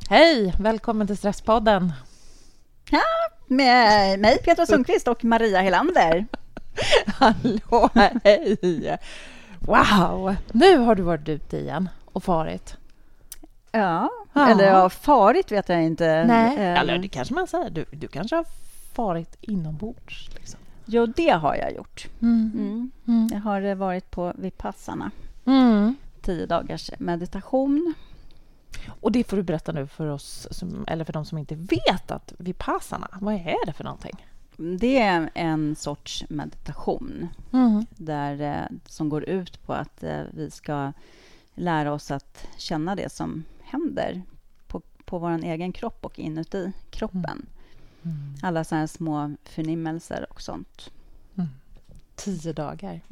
Hej, välkommen till Stresspodden. Ja, med mig Petra Sundqvist och Maria Helander. Hallå, hej. Wow, nu har du varit ute igen och farit. Ja, eller farit vet jag inte. Nej, eller det kanske man säger. Du kanske har farit inombords. Liksom. Jo, det har jag gjort. Jag har varit på Vipassana. 10 dagars meditation. Och det får du berätta nu för oss, eller för de som inte vet att Vipassana, vad är det för någonting? Det är en sorts meditation som går ut på att vi ska lära oss att känna det som händer på vår egen kropp och inuti kroppen. Alla sådana små förnimmelser och sånt. 10 dagar.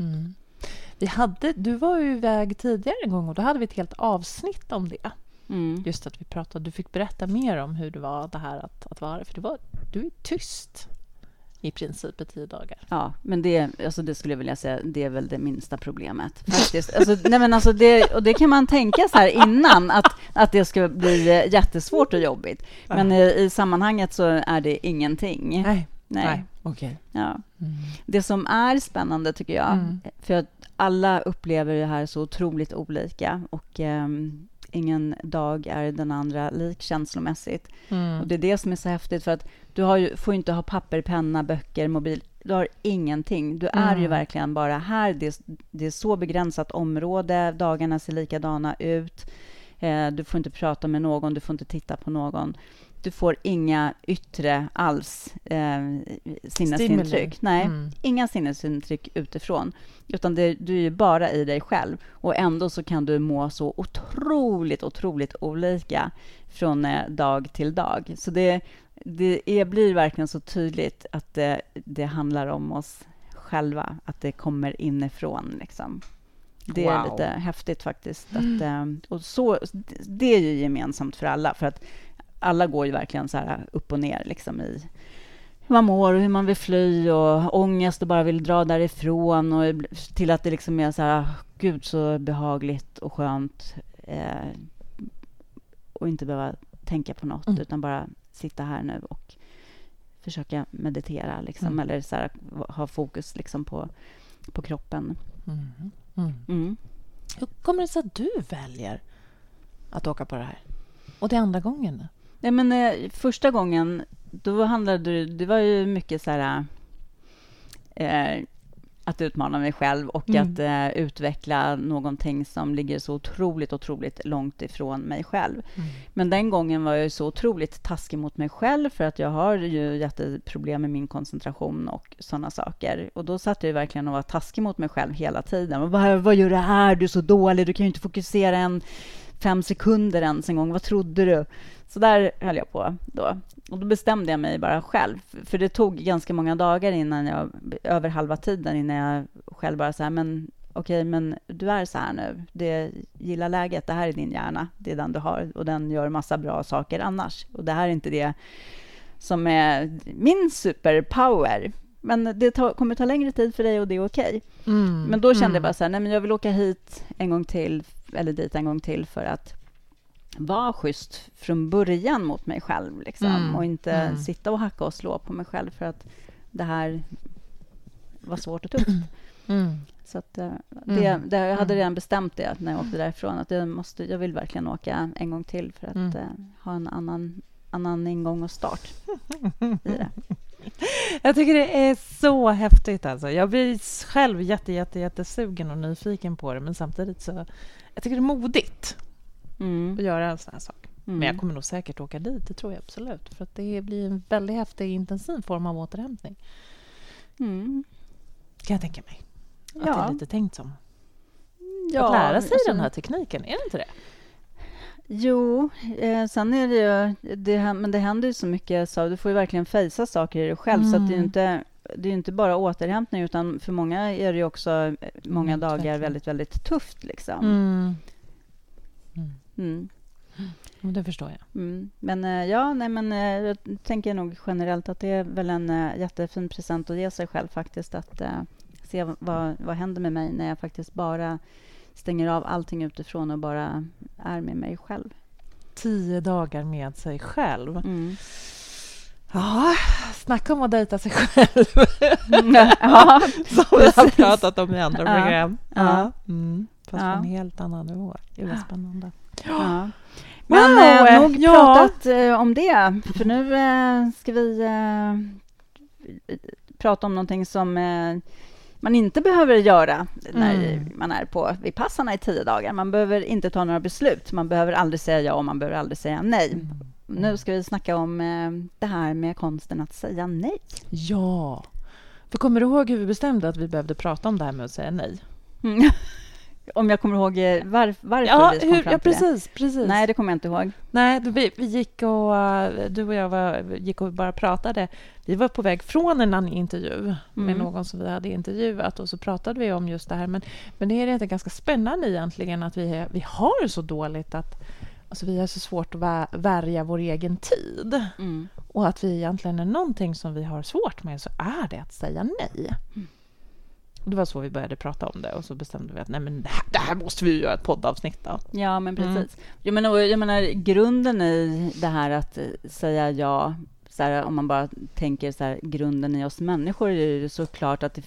Du var ju iväg tidigare en gång och då hade vi ett helt avsnitt om det. Just att vi pratade, du fick berätta mer om hur det var det här att vara, för du är tyst i princip i 10 dagar. Ja, men det skulle jag vilja säga, det är väl det minsta problemet faktiskt. Det kan man tänka så här innan att det ska bli jättesvårt och jobbigt. Men i sammanhanget så är det ingenting. Nej. Okej. Ja. Det som är spännande tycker jag, för att alla upplever det här så otroligt olika och ingen dag är den andra lik känslomässigt. Och det är det som är så häftigt, för att får inte ha papper, penna, böcker, mobil. Du har ingenting. Du är ju verkligen bara här. Det är så begränsat område. Dagarna ser likadana ut. Du får inte prata med någon. Du får inte titta på någon. Du får inga yttre alls sinnesintryck. Nej, inga sinnesintryck utifrån. Utan du är ju bara i dig själv. Och ändå så kan du må så otroligt olika från dag till dag. Så det blir verkligen så tydligt att det handlar om oss själva. Att det kommer inifrån liksom. Det är lite häftigt faktiskt. Det är ju gemensamt för alla. För att alla går ju verkligen så här upp och ner liksom i hur man mår och hur man vill fly och ångest och bara vill dra därifrån och till att det liksom är så här, gud så behagligt och skönt och inte behöva tänka på något utan bara sitta här nu och försöka meditera liksom, eller så här, ha fokus liksom på kroppen. Hur kommer det sig att du väljer att åka på det här? Och det andra gången? Nej, men första gången då det var ju mycket så här att utmana mig själv och att utveckla någonting som ligger så otroligt långt ifrån mig själv. Men den gången var jag ju så otroligt taskig mot mig själv, för att jag har ju jätteproblem med min koncentration och sådana saker. Och då satt jag ju verkligen och var taskig mot mig själv hela tiden. Och vad gör du här? Du är så dålig, du kan ju inte fokusera 5 sekunder ens en gång. Vad trodde du? Så där höll jag på då. Och då bestämde jag mig bara själv. För det tog ganska många dagar över halva tiden innan jag själv bara så här, men okej, men du är så här nu. Gillar läget, det här är din hjärna. Det är den du har och den gör massa bra saker annars. Och det här är inte det som är min superpower. Men det kommer ta längre tid för dig och det är okej. Men då kände jag bara så här, nej men jag vill åka hit en gång till eller dit en gång till för att vara schysst från början mot mig själv liksom, och inte sitta och hacka och slå på mig själv för att det här var svårt och tufft. Så att jag hade redan bestämt det när jag åkte därifrån, att jag vill verkligen åka en gång till för att ha en annan ingång och start i det. Jag tycker det är så häftigt alltså. Jag blir själv jättesugen och nyfiken på det, men samtidigt så jag tycker det är modigt att göra en sån här sak. Men jag kommer nog säkert åka dit, det tror jag absolut, för att det blir en väldigt häftig intensiv form av återhämtning. Kan jag tänka mig. Att det är lite tänkt som. Att lära sig den här tekniken, är det inte det? Jo, sen är det ju men det händer ju så mycket, så du får ju verkligen fejsa saker i dig själv, så att det är inte bara återhämtning, utan för många är det ju också många dagar väldigt tufft liksom. Det förstår jag. Men jag tänker nog generellt att det är väl en jättefin present att ge sig själv faktiskt, att se vad händer med mig när jag faktiskt bara stänger av allting utifrån och bara är med mig själv. 10 dagar med sig själv. Ja, snacka om att dejta sig själv. Ja, som vi har pratat om i andra program. Ja. Fast på en helt annan nivå. Det var spännande. Ja. Men nog pratat om det. För nu ska vi prata om någonting som man inte behöver göra när man är på Vipassana i 10 dagar. Man behöver inte ta några beslut. Man behöver aldrig säga ja och man behöver aldrig säga nej. Nu ska vi snacka om det här med konsten att säga nej. Ja. För kommer du ihåg hur vi bestämde att vi behövde prata om det här med att säga nej? Om jag kommer ihåg varför vi kom fram till precis. Nej, det kommer jag inte ihåg. Nej, vi gick och du och jag gick och bara pratade. Vi var på väg från en annan intervju med någon som vi hade intervjuat och så pratade vi om just det här. Men det är inte ganska spännande egentligen att vi har så dåligt att alltså vi har så svårt att värja vår egen tid. Och att vi egentligen är någonting som vi har svårt med så är det att säga nej. Det var så vi började prata om det och så bestämde vi att nej, men det här måste vi göra ett poddavsnitt då. Ja, men precis. Jag menar grunden i det här att säga ja, så här, om man bara tänker så här, grunden i oss människor är det såklart att det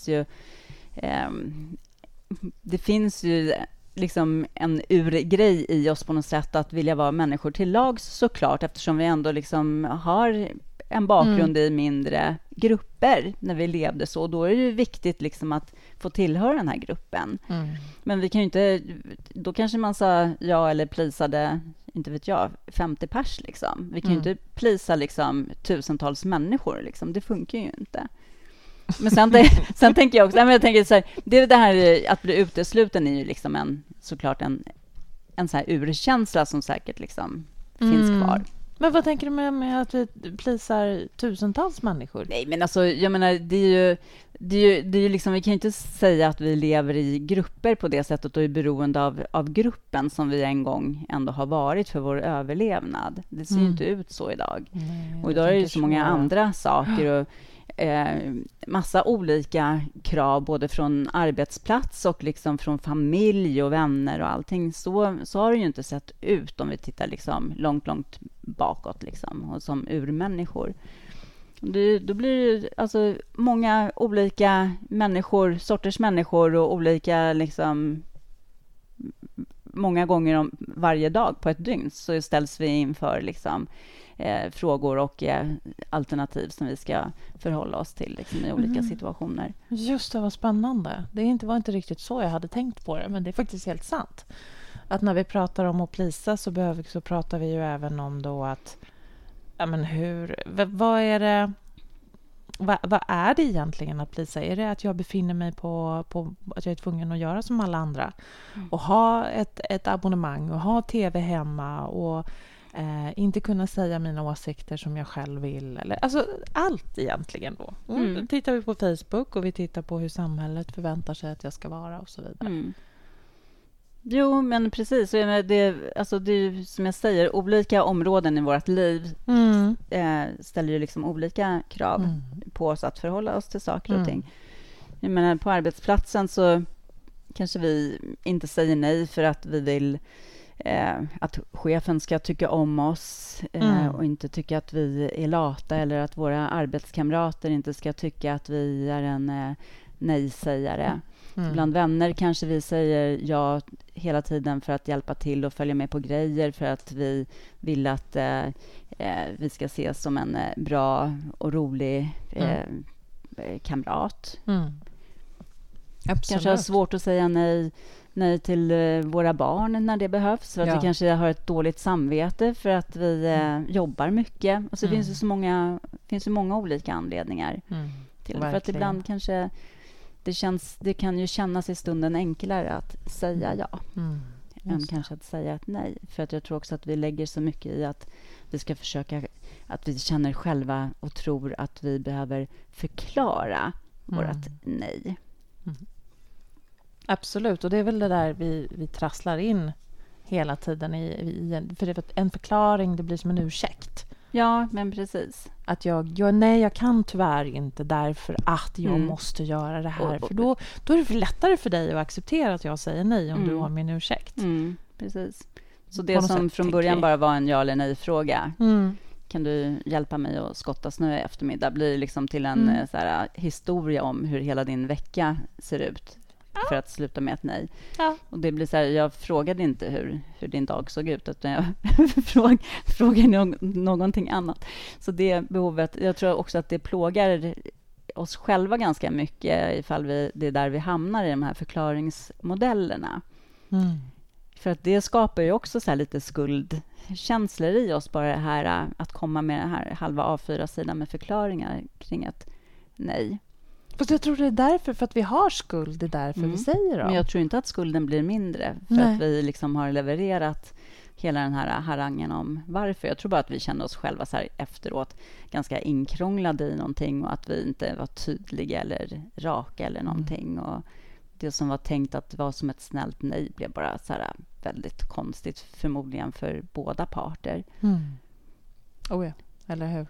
finns ju liksom en urgrej i oss på något sätt att vilja vara människor till lags såklart, eftersom vi ändå liksom har en bakgrund i mindre grupper när vi levde så. Då är det viktigt liksom att få tillhöra den här gruppen. Men vi kan ju inte, då kanske man sa ja eller plisade, inte vet jag, 50 pers liksom. Vi kan ju inte plisa liksom tusentals människor liksom. Det funkar ju inte. Men sen tänker jag också, jag tänker så här, det här att bli utesluten är ju liksom såklart en så här urkänsla som säkert liksom finns kvar. Men vad tänker du med att vi plisar tusentals människor? Nej, men alltså, jag menar, det är ju liksom, vi kan ju inte säga att vi lever i grupper på det sättet och är beroende av gruppen som vi en gång ändå har varit för vår överlevnad. Det ser ju inte ut så idag. Nej, och idag är det ju så många andra saker och massa olika krav både från arbetsplats och liksom från familj och vänner och allting. Så har det ju inte sett ut om vi tittar liksom långt bakåt liksom, och som urmänniskor. Då blir det alltså många olika sorters människor och olika liksom många gånger varje dag på ett dygn så ställs vi inför liksom frågor och alternativ som vi ska förhålla oss till liksom, i olika situationer. Just det, var spännande. Det var inte riktigt så jag hade tänkt på det, men det är faktiskt helt sant. Att när vi pratar om att plisa så pratar vi ju även om då att vad är det vad är det egentligen att plisa? Är det att jag befinner mig på att jag är tvungen att göra som alla andra och ha ett abonnemang och ha tv hemma och inte kunna säga mina åsikter som jag själv vill. Alltså allt egentligen då. Då tittar vi på Facebook och vi tittar på hur samhället förväntar sig att jag ska vara och så vidare. Jo, men precis. Det är som jag säger, olika områden i vårt liv ställer ju liksom olika krav på oss att förhålla oss till saker och ting. Jag menar, på arbetsplatsen så kanske vi inte säger nej för att vi vill att chefen ska tycka om oss och inte tycka att vi är lata eller att våra arbetskamrater inte ska tycka att vi är en nej-sägare. Bland vänner kanske vi säger ja hela tiden för att hjälpa till och följa med på grejer för att vi vill att vi ska ses som en bra och rolig kamrat. Kanske har svårt att säga nej till våra barn när det behövs. För att vi kanske har ett dåligt samvete för att vi jobbar mycket. Och så finns det många olika anledningar till det. För att ibland kanske det kan ju kännas i stunden enklare att säga ja än kanske att säga ett nej. För att jag tror också att vi lägger så mycket i att vi ska försöka, att vi känner själva och tror att vi behöver förklara vårt nej. Absolut, och det är väl det där vi trasslar in hela tiden för en förklaring, det blir som en ursäkt. Ja, men precis. Att jag kan tyvärr inte därför att jag måste göra det här. För då är det lättare för dig att acceptera att jag säger nej om du har min ursäkt. Precis. Så det som från början bara var en ja eller nej-fråga, kan du hjälpa mig att skotta snö i eftermiddag, blir liksom till en så här, historia om hur hela din vecka ser ut, för att sluta med ett nej. Ja. Och det blir så här, jag frågade inte hur din dag såg ut, utan jag frågade någonting annat. Så det behovet, jag tror också att det plågar oss själva ganska mycket ifall det är där vi hamnar i de här förklaringsmodellerna. För att det skapar ju också så här lite skuldkänslor i oss, bara det här att komma med den här halva A4-sidan med förklaringar kring ett nej. Fast jag tror det är därför, för att vi har skuld, det är därför vi säger det. Men jag tror inte att skulden blir mindre för att vi liksom har levererat hela den här harangen om varför. Jag tror bara att vi kände oss själva så här efteråt ganska inkrånglade i någonting, och att vi inte var tydliga eller raka eller någonting. Och det som var tänkt att vara som ett snällt nej blev bara så här väldigt konstigt, förmodligen för båda parter. Oh ja, eller hur?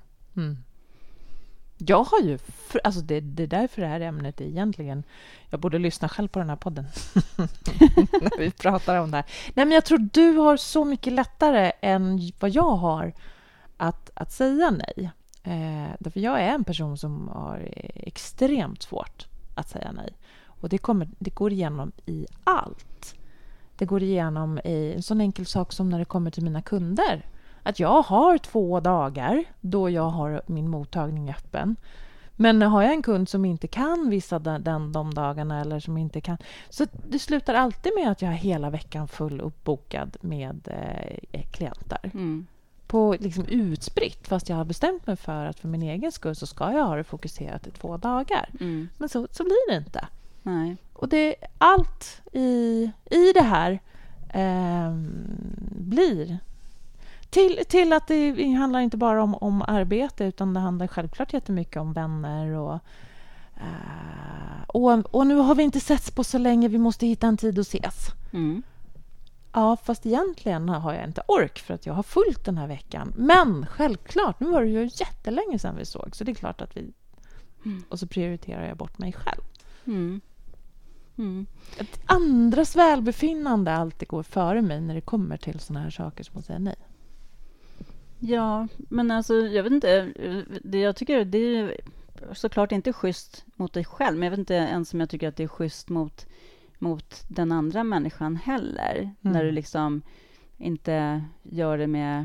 Jag har ju... Alltså det är därför det här ämnet är egentligen... Jag borde lyssna själv på den här podden. När vi pratar om det här. Nej, men jag tror du har så mycket lättare än vad jag har att säga nej. Därför jag är en person som har extremt svårt att säga nej. Och det går igenom i allt. Det går igenom i en sån enkel sak som när det kommer till mina kunder. Att jag har 2 dagar då jag har min mottagning öppen. Men har jag en kund som inte kan vissa de dagarna, eller som inte kan... Så det slutar alltid med att jag har hela veckan full uppbokad med klienter. På liksom utspritt, fast jag har bestämt mig för att för min egen skull så ska jag ha det fokuserat i 2 dagar. Men så blir det inte. Nej. Och allt i det här blir... Till att det handlar inte bara om arbete, utan det handlar självklart jättemycket om vänner. Och nu har vi inte setts på så länge, vi måste hitta en tid att ses. Ja, fast egentligen har jag inte ork för att jag har fullt den här veckan. Men självklart, nu var det ju jättelänge sedan vi såg, så det är klart att vi... Och så prioriterar jag bort mig själv. Att andras välbefinnande alltid går före mig när det kommer till såna här saker som att säga nej. Ja, men alltså jag vet inte, jag tycker det är såklart inte schysst mot dig själv, men jag vet inte ens om jag tycker att det är schysst mot den andra människan heller, när du liksom inte gör det med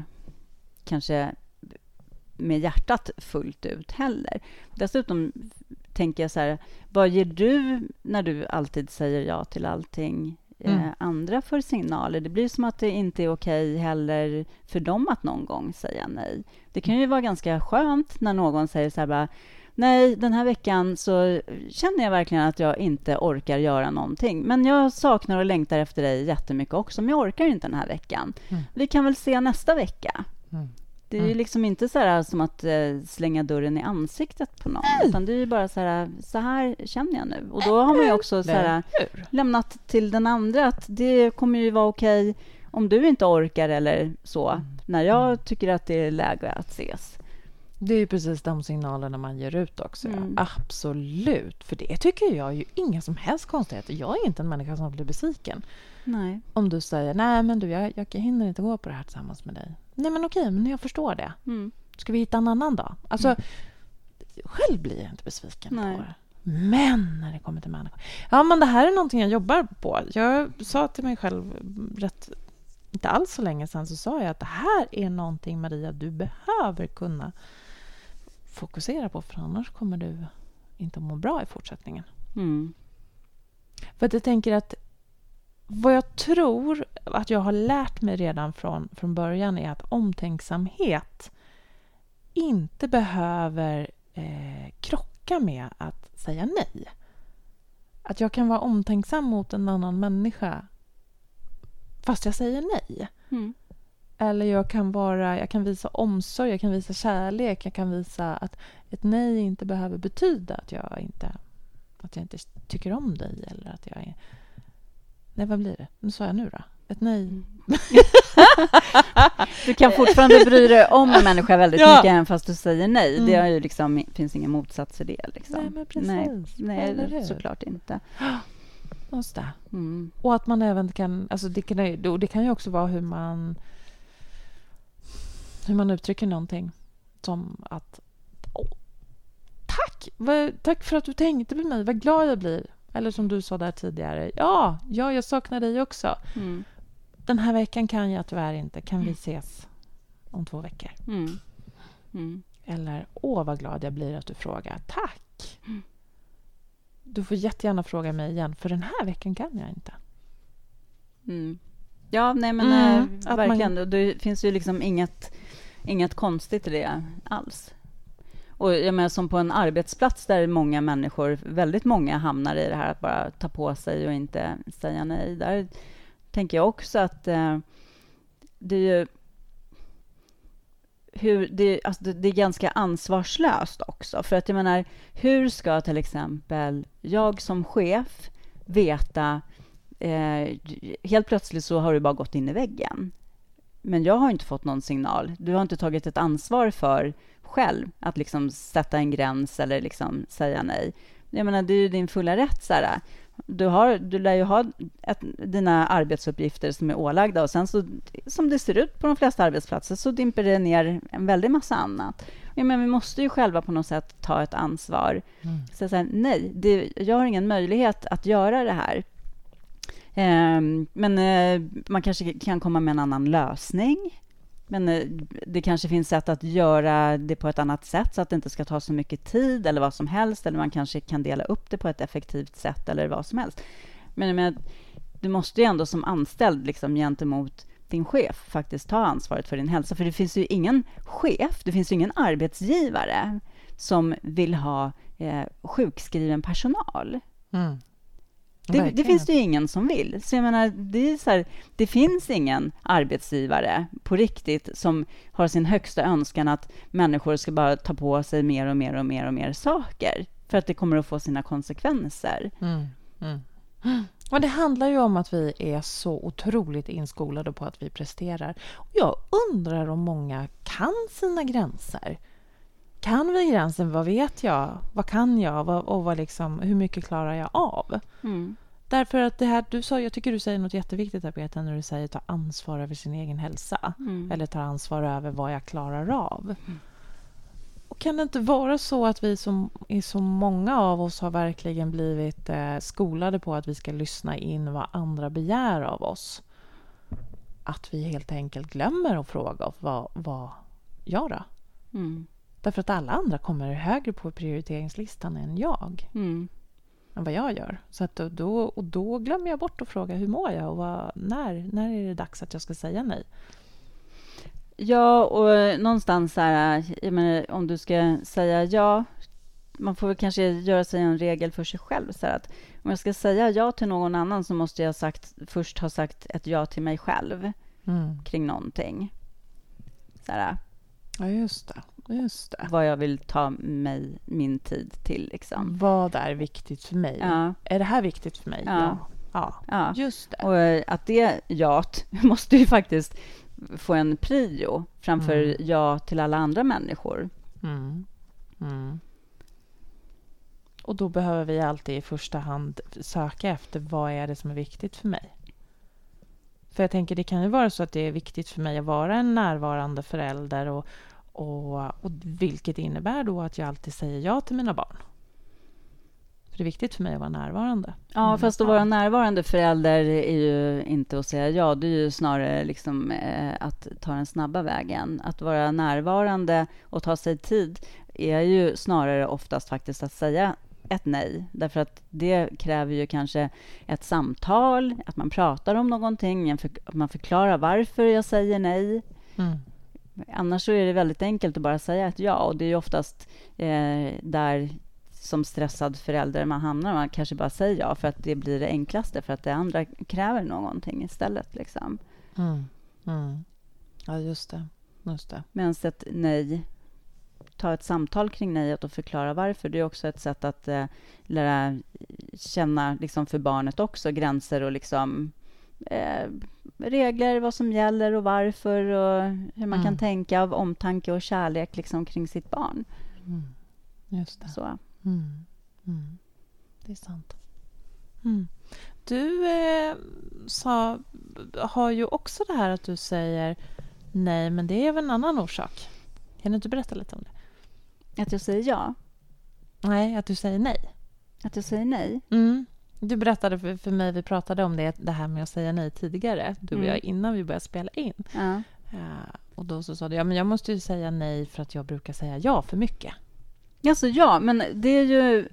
hjärtat fullt ut heller. Dessutom tänker jag så här, vad ger du när du alltid säger ja till allting andra för signaler? Det blir som att det inte är okej heller för dem att någon gång säga nej. Det kan ju vara ganska skönt när någon säger så här bara, nej, den här veckan så känner jag verkligen att jag inte orkar göra någonting. Men jag saknar och längtar efter dig jättemycket också, men jag orkar inte den här veckan. Vi kan väl se nästa vecka. Det är ju liksom inte så här som att slänga dörren i ansiktet på någon. Utan det är ju bara så här känner jag nu. Och då har man ju också så här lämnat till den andra att det kommer ju vara okej om du inte orkar eller så. När jag tycker att det är läge att ses. Det är ju precis de signalerna man ger ut också. Absolut. För det tycker jag ju inga som helst konstigheter. Jag är inte en människa som blir besviken. Nej. Om du säger, nej men du, jag hinner inte gå på det här tillsammans med dig. Nej men okej, men jag förstår det. Ska vi hitta en annan dag? Alltså, själv blir jag inte besviken på det. Men när det kommer till människor. Ja, men det här är någonting jag jobbar på. Jag sa till mig själv inte alls så länge sedan, så sa jag att det här är någonting, Maria, du behöver kunna fokusera på, för annars kommer du inte må bra i fortsättningen. För att jag tänker att vad jag tror att jag har lärt mig redan från början är att omtänksamhet inte behöver krocka med att säga nej. Att jag kan vara omtänksam mot en annan människa fast jag säger nej. Eller jag kan visa omsorg, jag kan visa kärlek, jag kan visa att ett nej inte behöver betyda att jag inte tycker om dig, eller att jag är... Nej, vad blir det? Nu sa jag nu då. Ett nej. Du kan fortfarande bry dig om en människa väldigt mycket även fast du säger nej. Det är ju liksom, finns ingen motsats i det. Liksom. Nej, men precis. Nej, såklart inte. Just det. Och att man även kan... Alltså det kan ju också vara hur man uttrycker någonting. Som att... Tack! Tack för att du tänkte på mig. Vad glad jag blir. Eller som du sa där tidigare. Ja, jag saknar dig också. Den här veckan kan jag tyvärr inte. Kan vi ses om 2 veckor? Eller, vad glad jag blir att du frågar. Tack! Du får jättegärna fråga mig igen. För den här veckan kan jag inte. Ja, nej men verkligen. Det finns ju liksom inget konstigt i det alls. Och jag menar, som på en arbetsplats där väldigt många hamnar i det här att bara ta på sig och inte säga nej. Där tänker jag också att det är ju det är ganska ansvarslöst också. För att jag menar, hur ska till exempel jag som chef veta helt plötsligt så har du bara gått in i väggen. Men jag har inte fått någon signal. Du har inte tagit ett ansvar för själv att liksom sätta en gräns eller liksom säga nej. Jag menar, det är ju din fulla rätt, Sara. Du lär ju ha dina arbetsuppgifter som är ålagda, och sen så, som det ser ut på de flesta arbetsplatser, så dimper det ner en väldig massa annat. Men vi måste ju själva på något sätt ta ett ansvar. Så säga, nej, jag har ingen möjlighet att göra det här. Men man kanske kan komma med en annan lösning. Men det kanske finns sätt att göra det på ett annat sätt så att det inte ska ta så mycket tid eller vad som helst. Eller man kanske kan dela upp det på ett effektivt sätt eller vad som helst. Men du måste ju ändå som anställd liksom, gentemot din chef faktiskt ta ansvaret för din hälsa. För det finns ju ingen chef, det finns ju ingen arbetsgivare som vill ha sjukskriven personal. Det finns det ju ingen som vill. Så jag menar, det är så här, det finns ingen arbetsgivare på riktigt som har sin högsta önskan att människor ska bara ta på sig mer och mer och mer och mer saker. För att det kommer att få sina konsekvenser. Och det handlar ju om att vi är så otroligt inskolade på att vi presterar. Och jag undrar om många kan sina gränser. Kan vi gränsen? Vad vet jag? Vad kan jag? Och liksom, hur mycket klarar jag av? Därför att det här du sa, jag tycker du säger något jätteviktigt där, Peter, när du säger ta ansvar över sin egen hälsa. Eller ta ansvar över vad jag klarar av. Och kan det inte vara så att vi som är så många av oss har verkligen blivit skolade på att vi ska lyssna in vad andra begär av oss? Att vi helt enkelt glömmer att fråga vad gör då? Därför att alla andra kommer högre på prioriteringslistan än jag. Än vad jag gör. Så att då glömmer jag bort att fråga hur mår jag och när är det dags att jag ska säga nej? Ja, och någonstans här, jag menar, om du ska säga ja, man får väl kanske göra sig en regel för sig själv. Så att om jag ska säga ja till någon annan så måste jag först ha sagt ett ja till mig själv kring någonting. Så här. Ja, just det. Vad jag vill ta min tid till. Liksom. Vad är viktigt för mig? Ja. Är det här viktigt för mig? Ja. Just det. Och att det jat måste ju faktiskt få en prio framför ja till alla andra människor. Och då behöver vi alltid i första hand söka efter vad är det som är viktigt för mig. För jag tänker, det kan ju vara så att det är viktigt för mig att vara en närvarande förälder och vilket innebär då att jag alltid säger ja till mina barn. För det är viktigt för mig att vara närvarande. Ja, fast att vara närvarande förälder är ju inte att säga ja. Det är ju snarare liksom, att ta den snabba vägen. Att vara närvarande och ta sig tid är ju snarare oftast faktiskt att säga ett nej. Därför att det kräver ju kanske ett samtal, att man pratar om någonting, att man förklarar varför jag säger nej. Annars så är det väldigt enkelt att bara säga ett ja, och det är ju oftast där som stressad förälder man hamnar. Man kanske bara säger ja för att det blir det enklaste, för att det andra kräver någonting istället. Liksom. Ja, just det. Medan ett nej, ta ett samtal kring nejet och förklara varför. Det är också ett sätt att lära känna liksom, för barnet också gränser och liksom, regler, vad som gäller och varför, och hur man kan tänka av omtanke och kärlek liksom, kring sitt barn. Just det. Så. Det är sant. Du har ju också det här att du säger nej, men det är väl en annan orsak. Kan du inte berätta lite om det? Att jag säger ja? Nej, att du säger nej. Att jag säger nej? Du berättade för mig, vi pratade om det här med att säga nej tidigare, du och jag, innan vi började spela in. Och då så sa du, men jag måste ju säga nej för att jag brukar säga ja för mycket. Alltså ja, men det är ju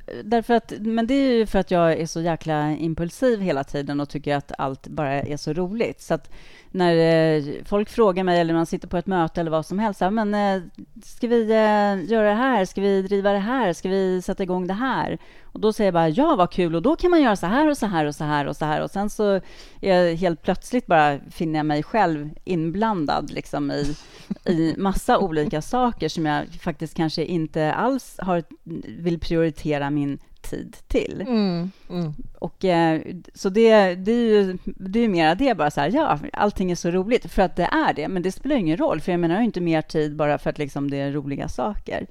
för att jag är så jäkla impulsiv hela tiden och tycker att allt bara är så roligt. Så att när folk frågar mig eller man sitter på ett möte eller vad som helst, ska vi göra det här? Ska vi driva det här? Ska vi sätta igång det här? Och då säger jag bara, ja vad kul, och då kan man göra så här och så här och så här och så här. Och sen så är jag helt plötsligt bara finner jag mig själv inblandad liksom i massa olika saker som jag faktiskt kanske inte alls vill prioritera min tid till. Och så det är ju mer det, bara så här, ja, allting är så roligt för att det är det, men det spelar ingen roll, för jag menar, jag har inte mer tid bara för att liksom det är roliga saker.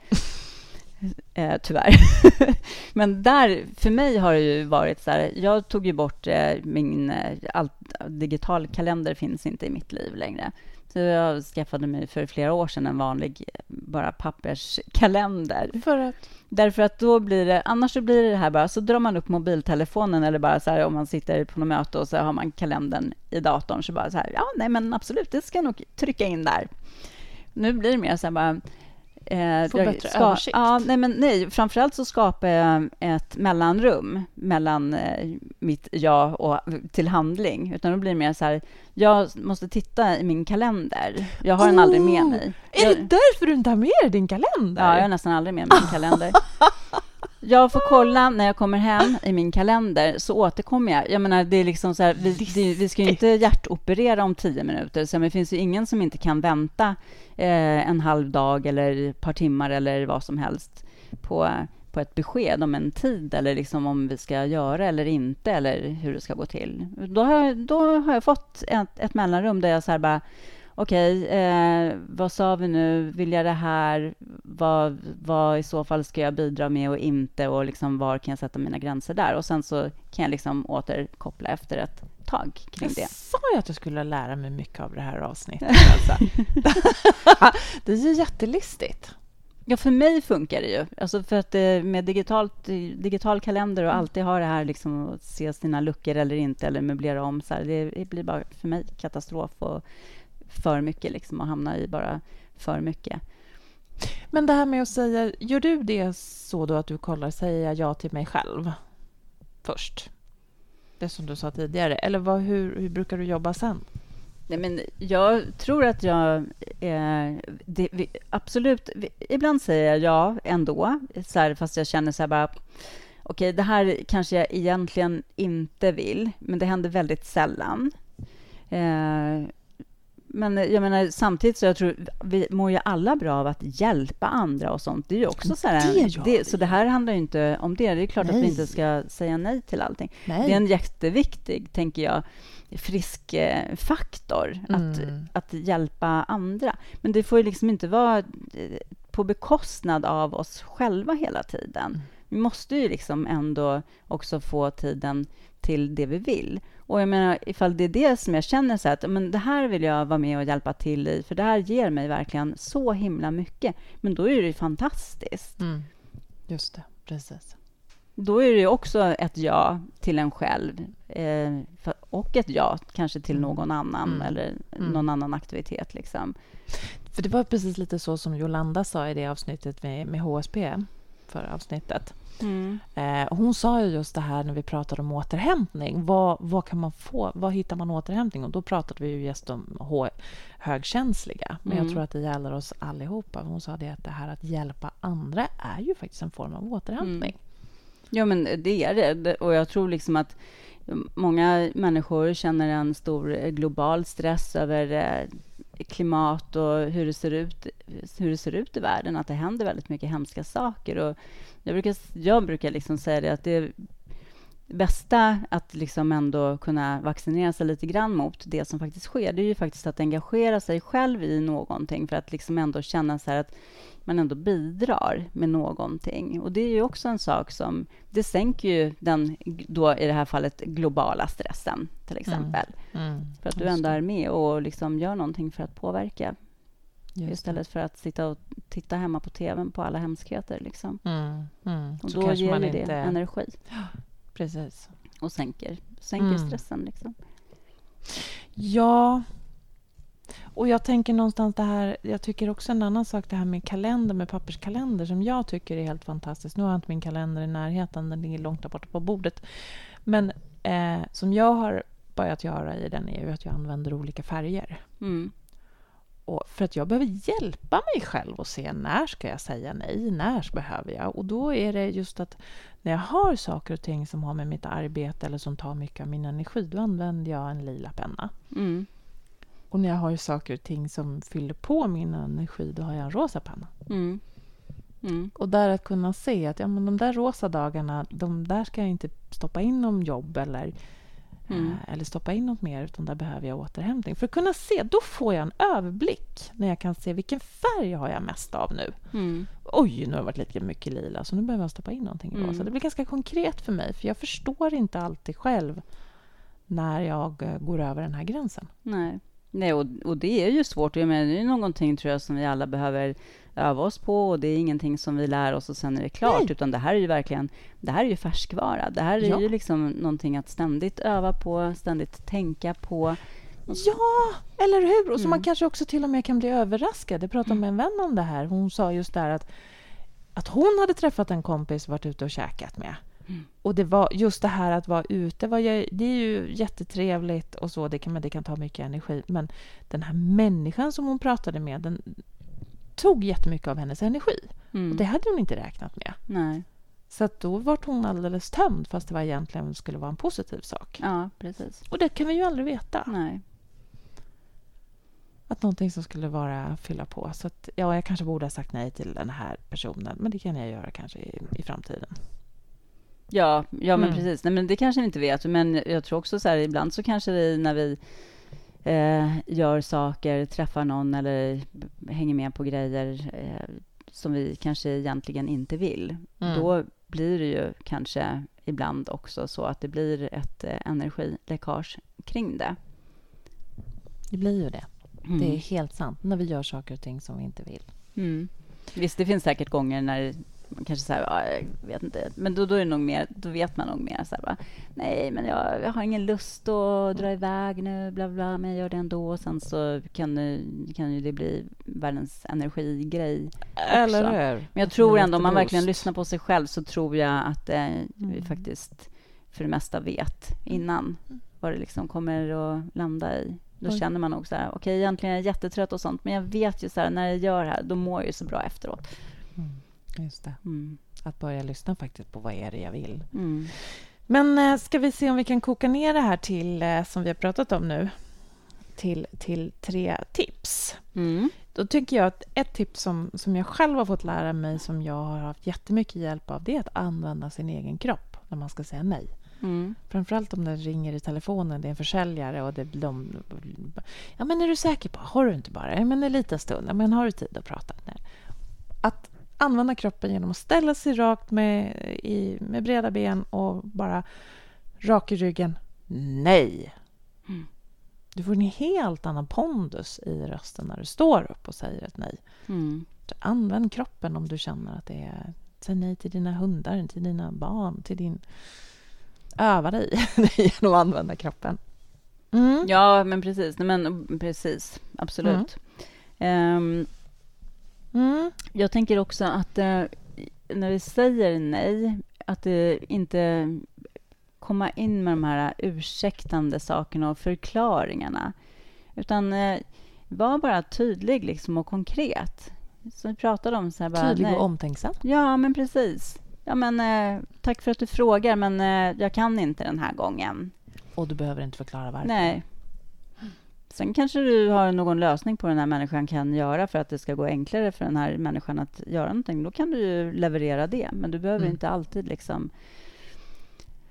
Tyvärr. Men där, för mig har det ju varit så här, jag tog ju bort min digital kalender finns inte i mitt liv längre. Så jag skaffade mig för flera år sedan en vanlig bara papperskalender. Därför att då blir det, annars så blir det här bara, så drar man upp mobiltelefonen eller bara så här, om man sitter på något möte och så har man kalendern i datorn, så bara så här, ja nej men absolut, det ska jag nog trycka in där. Nu blir det mer så här bara, få bättre översikt. Ja, nej, framförallt så skapar jag ett mellanrum mellan mitt ja och till handling. Utan då blir det mer så här, jag måste titta i min kalender. Jag har den aldrig med mig. Är det därför du inte har med dig din kalender? Ja, jag har nästan aldrig med mig min kalender. Jag får kolla när jag kommer hem i min kalender, så återkommer jag. Jag menar, det är liksom så här, vi ska ju inte hjärtoperera om 10 minuter, så det finns ju ingen som inte kan vänta en halv dag eller ett par timmar eller vad som helst på ett besked om en tid, eller liksom om vi ska göra eller inte, eller hur det ska gå till. Då har jag fått ett mellanrum där jag så här bara, okej, vad sa vi nu? Vill jag det här? Vad i så fall ska jag bidra med och inte? Och liksom, var kan jag sätta mina gränser där? Och sen så kan jag liksom återkoppla efter ett tag kring det. Jag sa ju att jag skulle lära mig mycket av det här avsnittet. Alltså. Det är ju jättelistigt. Ja, för mig funkar det ju. Alltså för att med digital kalender och alltid ha det här liksom, att se sina luckor eller inte, eller möblera om. Så här, det blir bara för mig katastrof och för mycket liksom, att hamna i bara för mycket. Men det här med att säga, gör du det så då att du kollar, säger jag ja till mig själv först? Det som du sa tidigare. Eller hur brukar du jobba sen? Nej, men jag tror att jag absolut, ibland säger jag ja ändå, så här, fast jag känner så här bara, okej, det här kanske jag egentligen inte vill, men det händer väldigt sällan. Men jag menar, samtidigt så jag tror vi mår ju alla bra av att hjälpa andra och sånt. Det är ju också så här, så det här handlar ju inte om det. Det är klart att vi inte ska säga nej till allting. Nej. Det är en jätteviktig, tänker jag, frisk faktor att hjälpa andra. Men det får ju liksom inte vara på bekostnad av oss själva hela tiden. Vi måste ju liksom ändå också få tiden till det vi vill. Och jag menar, ifall det är det som jag känner så att men det här vill jag vara med och hjälpa till i, för det här ger mig verkligen så himla mycket. Men då är det ju fantastiskt. Just det, precis. Då är det ju också ett ja till en själv och ett ja kanske till någon annan eller någon annan aktivitet liksom. För det var precis lite så som Jolanda sa i det avsnittet med HSP, för avsnittet. Hon sa ju just det här när vi pratade om återhämtning. Vad kan man få? Vad hittar man återhämtning? Och då pratade vi ju just om högkänsliga. Men jag tror att det gäller oss allihopa. Hon sa det, att det här att hjälpa andra är ju faktiskt en form av återhämtning. Ja, men det är det. Och jag tror liksom att många människor känner en stor global stress över klimat och hur det ser ut i världen, att det händer väldigt mycket hemska saker. Och jag brukar liksom säga det, att bästa att liksom ändå kunna vaccinera sig lite grann mot det som faktiskt sker, det är ju faktiskt att engagera sig själv i någonting för att liksom ändå känna så här att man ändå bidrar med någonting. Och det är ju också en sak som, det sänker ju den, då i det här fallet, globala stressen till exempel. För att du ändå är med och liksom gör någonting för att påverka. Istället för att sitta och titta hemma på tvn på alla hemskheter. Liksom. Och då ger man det energi. Precis. Och sänker stressen. Liksom. Ja. Och jag tänker någonstans det här, jag tycker också en annan sak, det här med kalender, med papperskalender, som jag tycker är helt fantastiskt. Nu har jag inte min kalender i närheten, den ligger långt där borta på bordet. Men som jag har börjat göra i den är ju att jag använder olika färger. Och för att jag behöver hjälpa mig själv att se när ska jag säga nej, när behöver jag. Och då är det just att när jag har saker och ting som har med mitt arbete eller som tar mycket av min energi, då använder jag en lila penna. Och när jag har saker och ting som fyller på min energi, då har jag en rosa penna. Och där att kunna se att men de där rosa dagarna, de där ska jag inte stoppa in om jobb eller stoppa in något mer, utan där behöver jag återhämtning. För att kunna se, då får jag en överblick när jag kan se vilken färg har jag mest av nu. Oj, nu har det varit lite mycket lila, så nu behöver jag stoppa in någonting i rosa. Det blir ganska konkret för mig, för jag förstår inte alltid själv när jag går över den här gränsen. Nej, och det är ju svårt. Jag menar, det är någonting tror jag som vi alla behöver öva oss på, och det är ingenting som vi lär oss och sen är det klart, utan det här är ju verkligen, det här är ju färskvara. Det här är ju liksom någonting att ständigt öva på, ständigt tänka på. Ja, eller hur? Och så man kanske också till och med kan bli överraskad. Jag pratade med en vän om det här. Hon sa just där att hon hade träffat en kompis och varit ute och käkat med. Och det var just det här att vara ute, det är ju jättetrevligt och så, det kan ta mycket energi, men den här människan som hon pratade med, den tog jättemycket av hennes energi. Och det hade hon inte räknat med. Nej. Så att då var hon alldeles tömd, fast det var egentligen skulle vara en positiv sak. Ja, precis. Och det kan vi ju aldrig veta. Nej. Att någonting som skulle vara fylla på. Så att, jag kanske borde ha sagt nej till den här personen, men det kan jag göra kanske i framtiden. Ja, men precis. Nej, men det kanske vi inte vet. Men jag tror också så här, ibland så kanske vi när vi gör saker, träffar någon eller hänger med på grejer som vi kanske egentligen inte vill. Då blir det ju kanske ibland också så att det blir ett energiläckage kring det. Det blir ju det. Det är helt sant. När vi gör saker och ting som vi inte vill. Visst, det finns säkert gånger när man kanske säger, jag vet inte, men då är det nog mer, då vet man nog mer så här, nej, men jag har ingen lust att dra iväg nu, bla bla, men jag gör det ändå, och sen så kan ju det bli världens energigrej också. Eller hur? Men jag tror ändå, om man verkligen lyssnar på sig själv, så tror jag att vi faktiskt för det mesta vet innan vad det liksom kommer att landa i. Då känner man också så här, okej, egentligen är jag jättetrött och sånt, men jag vet ju så här, när jag gör det här, då mår jag ju så bra efteråt. Just det. Att börja lyssna faktiskt på vad är det jag vill. Men ska vi se om vi kan koka ner det här till, som vi har pratat om nu, till 3 tips. Då tycker jag att ett tips som jag själv har fått lära mig, som jag har haft jättemycket hjälp av, det är att använda sin egen kropp när man ska säga nej. Framförallt om det ringer i telefonen, det är en försäljare och ja, men är du säker på, har du inte bara, men en liten stund, ja, men har du tid att prata? Nej. Att använda kroppen genom att ställa sig rakt med breda ben och bara rak i ryggen. Nej! Du får en helt annan pondus i rösten när du står upp och säger ett nej. Använd kroppen om du känner att det är, säg nej till dina hundar, till dina barn, till din... Öva dig genom att använda kroppen. Ja, men precis. Men precis, absolut. Jag tänker också att när vi säger nej, att det inte komma in med de här ursäktande sakerna och förklaringarna, utan var bara tydlig liksom, och konkret. Så vi pratade om så här, bara, tydlig och omtänksam. Ja, men precis. Ja, men tack för att du frågar, men jag kan inte den här gången. Och du behöver inte förklara varför. Nej. Sen kanske du har någon lösning på den här människan kan göra för att det ska gå enklare för den här människan att göra någonting. Då kan du ju leverera det, men du behöver inte alltid liksom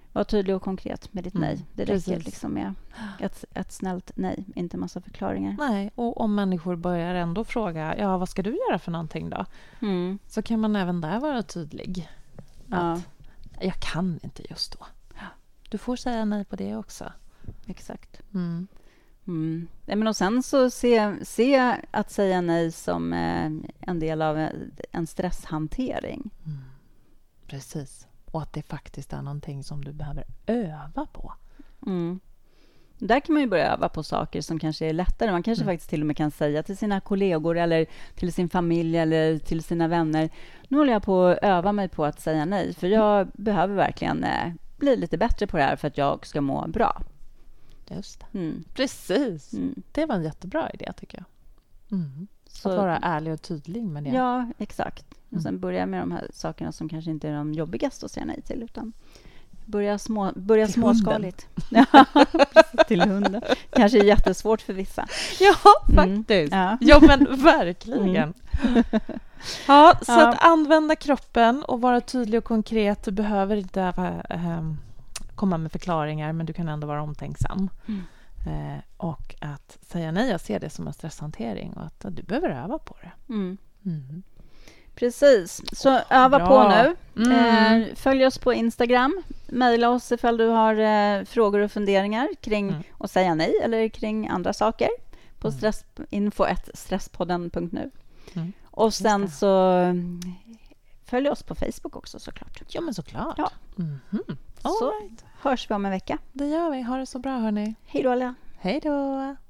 Var tydlig och konkret med ditt nej. Det räcker precis. liksom med ett snällt nej, inte massa förklaringar. Nej, och om människor börjar ändå fråga, vad ska du göra för någonting då? Så kan man även där vara tydlig. Att jag kan inte just då. Du får säga nej på det också. Exakt. Men och sen så se att säga nej som en del av en stresshantering. Precis. Och att det faktiskt är någonting som du behöver öva på. Där kan man ju börja öva på saker som kanske är lättare. Man kanske faktiskt till och med kan säga till sina kollegor eller till sin familj eller till sina vänner. Nu håller jag på att öva mig på att säga nej. För jag behöver verkligen bli lite bättre på det här för att jag ska må bra. Just det. Precis. Det var en jättebra idé tycker jag. Så, att vara ärlig och tydlig med det. Ja, exakt. Och sen börja med de här sakerna som kanske inte är de jobbigaste att säga nej till, utan börja småskaligt. Ja, till hunden. Kanske är jättesvårt för vissa. Ja, faktiskt. Ja, men verkligen. Så att använda kroppen och vara tydlig och konkret. Du behöver inte komma med förklaringar, men du kan ändå vara omtänksam. Och att säga nej, jag ser det som en stresshantering och att du behöver öva på det. Precis, så öva på nu. Följ oss på Instagram. Maila oss ifall du har frågor och funderingar kring att säga nej eller kring andra saker på info@stresspodden.nu. Och sen så följ oss på Facebook också såklart. Ja, men såklart. Ja. Så hörs vi om en vecka. Det gör vi. Ha det så bra, hörni. Hej då alla. Hej då.